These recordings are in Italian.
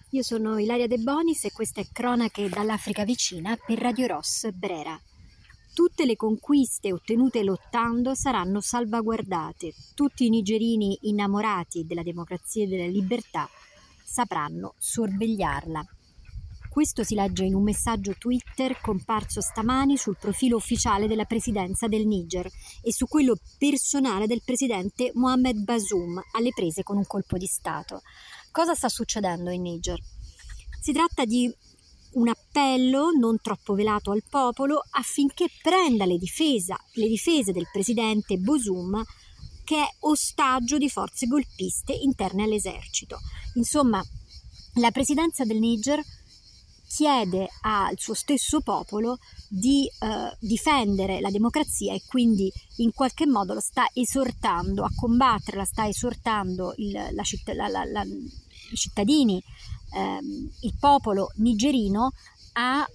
Io sono Ilaria De Bonis e questa è Cronache dall'Africa vicina per Radio Ross Brera. Tutte le conquiste ottenute lottando saranno salvaguardate. Tutti i nigerini innamorati della democrazia e della libertà sapranno sorvegliarla. Questo si legge in un messaggio Twitter comparso stamani sul profilo ufficiale della presidenza del Niger e su quello personale del presidente Mohamed Bazoum alle prese con un colpo di Stato. Cosa sta succedendo in Niger? Si tratta di un appello non troppo velato al popolo affinché prenda le difese del presidente Bazoum, che è ostaggio di forze golpiste interne all'esercito. Insomma, la presidenza del Niger chiede al suo stesso popolo di difendere la democrazia e quindi in qualche modo lo sta esortando a combattere, la sta esortando i cittadini, il popolo nigerino a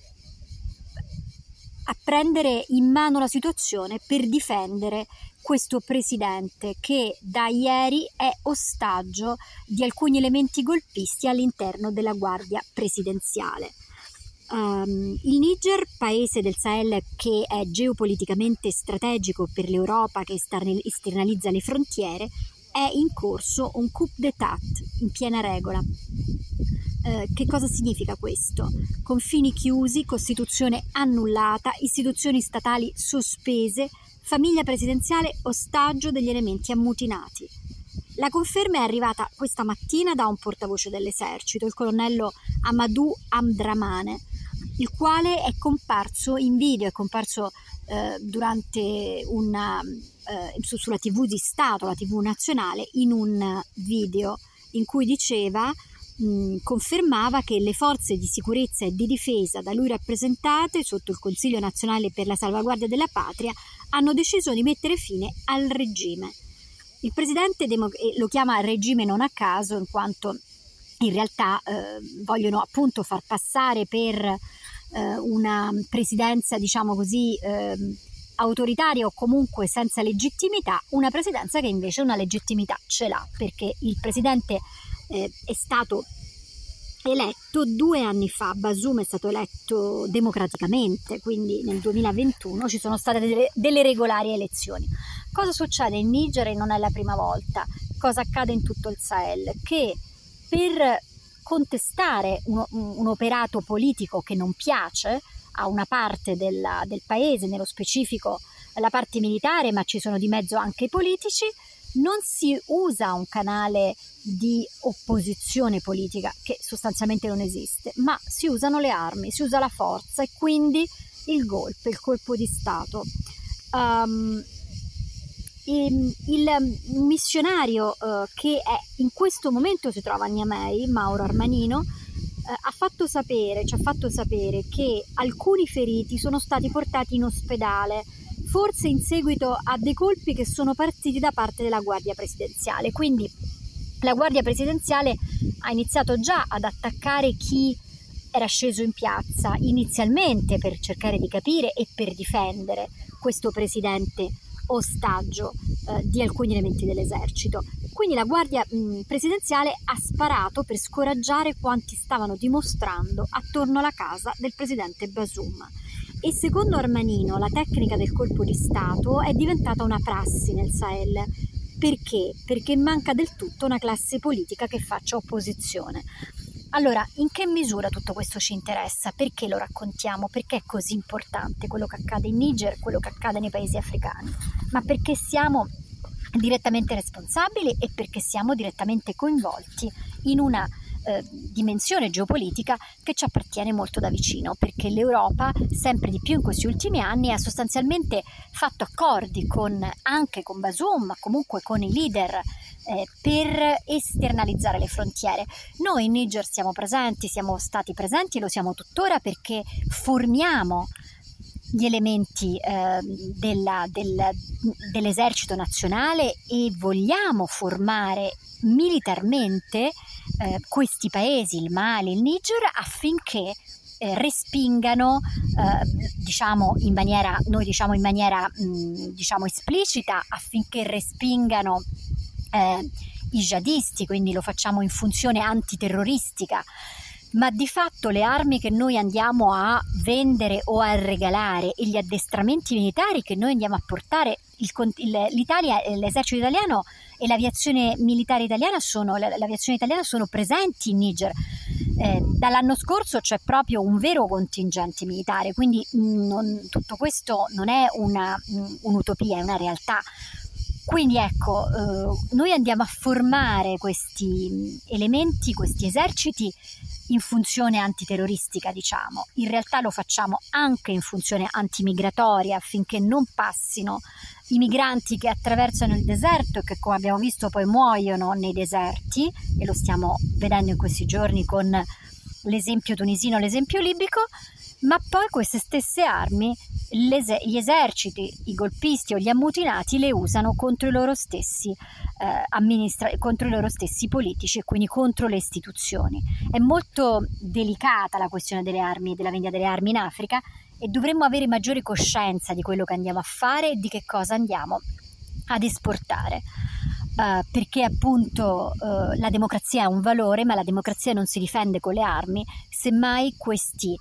prendere in mano la situazione per difendere questo presidente che da ieri è ostaggio di alcuni elementi golpisti all'interno della guardia presidenziale. Il Niger, paese del Sahel che è geopoliticamente strategico per l'Europa, che esternalizza le frontiere, è in corso un coup d'état in piena regola. Che cosa significa questo? Confini chiusi, Costituzione annullata, istituzioni statali sospese, famiglia presidenziale ostaggio degli elementi ammutinati. La conferma è arrivata questa mattina da un portavoce dell'esercito, il colonnello Amadou Abdramane, il quale è comparso in video, è comparso durante sulla TV di Stato, la TV nazionale, in un video in cui confermava che le forze di sicurezza e di difesa da lui rappresentate sotto il Consiglio nazionale per la salvaguardia della patria hanno deciso di mettere fine al regime. Il presidente lo chiama regime non a caso, in quanto in realtà vogliono appunto far passare per una presidenza, diciamo così, autoritaria o comunque senza legittimità, una presidenza che invece una legittimità ce l'ha, perché il presidente è stato eletto 2 anni fa. Bazoum è stato eletto democraticamente, quindi nel 2021 ci sono state delle regolari elezioni. Cosa succede in Niger e non è la prima volta? Cosa accade in tutto il Sahel? Che per contestare un operato politico che non piace a una parte del paese, nello specifico la parte militare, ma ci sono di mezzo anche i politici, non si usa un canale di opposizione politica, che sostanzialmente non esiste, ma si usano le armi, si usa la forza e quindi il colpo di Stato. Il missionario che in questo momento si trova a Niamey, Mauro Armanino, ci ha fatto sapere che alcuni feriti sono stati portati in ospedale, forse in seguito a dei colpi che sono partiti da parte della Guardia Presidenziale. Quindi la Guardia Presidenziale ha iniziato già ad attaccare chi era sceso in piazza inizialmente per cercare di capire e per difendere questo presidente ostaggio di alcuni elementi dell'esercito. Quindi la Guardia Presidenziale ha sparato per scoraggiare quanti stavano dimostrando attorno alla casa del presidente Bazoum. E secondo Armanino la tecnica del colpo di Stato è diventata una prassi nel Sahel. Perché? Perché manca del tutto una classe politica che faccia opposizione. Allora, in che misura tutto questo ci interessa? Perché lo raccontiamo? Perché è così importante quello che accade in Niger, quello che accade nei paesi africani? Ma perché siamo direttamente responsabili e perché siamo direttamente coinvolti in una dimensione geopolitica che ci appartiene molto da vicino, perché l'Europa sempre di più in questi ultimi anni ha sostanzialmente fatto accordi anche con Bazoum, ma comunque con i leader per esternalizzare le frontiere. Noi in Niger siamo stati presenti e lo siamo tuttora perché formiamo gli elementi dell'esercito nazionale e vogliamo formare militarmente questi paesi, il Mali, il Niger, affinché respingano, diciamo in maniera esplicita, affinché respingano i jihadisti, quindi lo facciamo in funzione antiterroristica, ma di fatto le armi che noi andiamo a vendere o a regalare e gli addestramenti militari che noi andiamo a portare, l'Italia, l'esercito italiano e l'aviazione militare italiana l'aviazione italiana sono presenti in Niger. Dall'anno scorso c'è proprio un vero contingente militare, quindi tutto questo non è un'utopia, è una realtà. Quindi ecco, noi andiamo a formare questi elementi, questi eserciti in funzione antiterroristica, diciamo. In realtà lo facciamo anche in funzione antimigratoria, affinché non passino i migranti che attraversano il deserto e che, come abbiamo visto, poi muoiono nei deserti, e lo stiamo vedendo in questi giorni con l'esempio tunisino, l'esempio libico. Ma poi queste stesse armi gli eserciti, i golpisti o gli ammutinati le usano contro i loro stessi contro i loro stessi politici e quindi contro le istituzioni. È molto delicata la questione delle armi e della vendita delle armi in Africa, e dovremmo avere maggiore coscienza di quello che andiamo a fare e di che cosa andiamo ad esportare. Perché appunto la democrazia è un valore, ma la democrazia non si difende con le armi. Semmai questi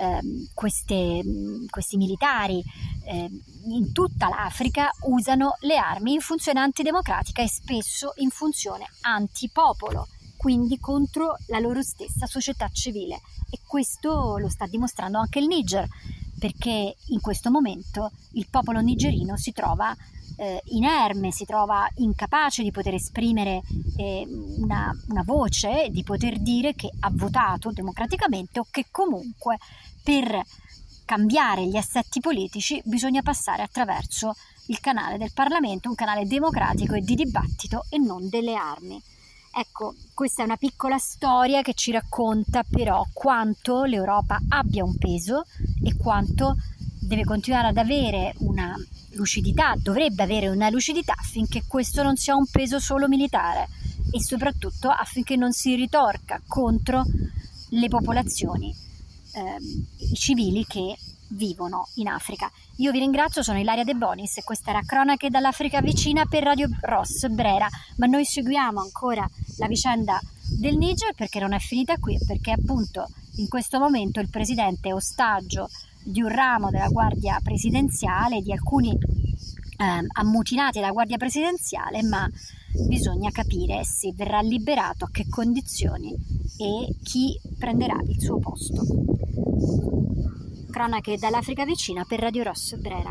militari in tutta l'Africa usano le armi in funzione antidemocratica e spesso in funzione antipopolo, quindi contro la loro stessa società civile, e questo lo sta dimostrando anche il Niger, perché in questo momento il popolo nigerino si trova inerme, si trova incapace di poter esprimere una voce, di poter dire che ha votato democraticamente, o che comunque per cambiare gli assetti politici bisogna passare attraverso il canale del Parlamento, un canale democratico e di dibattito, e non delle armi. Ecco, questa è una piccola storia che ci racconta però quanto l'Europa abbia un peso e quanto deve continuare ad avere una lucidità, dovrebbe avere una lucidità affinché questo non sia un peso solo militare, e soprattutto affinché non si ritorca contro le popolazioni, i civili che vivono in Africa. Io vi ringrazio, sono Ilaria De Bonis e questa era Cronache dall'Africa vicina per Radio Ross Brera, ma noi seguiamo ancora la vicenda del Niger, perché non è finita qui, perché appunto in questo momento il presidente è ostaggio di un ramo della Guardia Presidenziale, di alcuni ammutinati della Guardia Presidenziale, ma bisogna capire se verrà liberato, a che condizioni e chi prenderà il suo posto. Cronache dall'Africa vicina per Radio Ross Brera.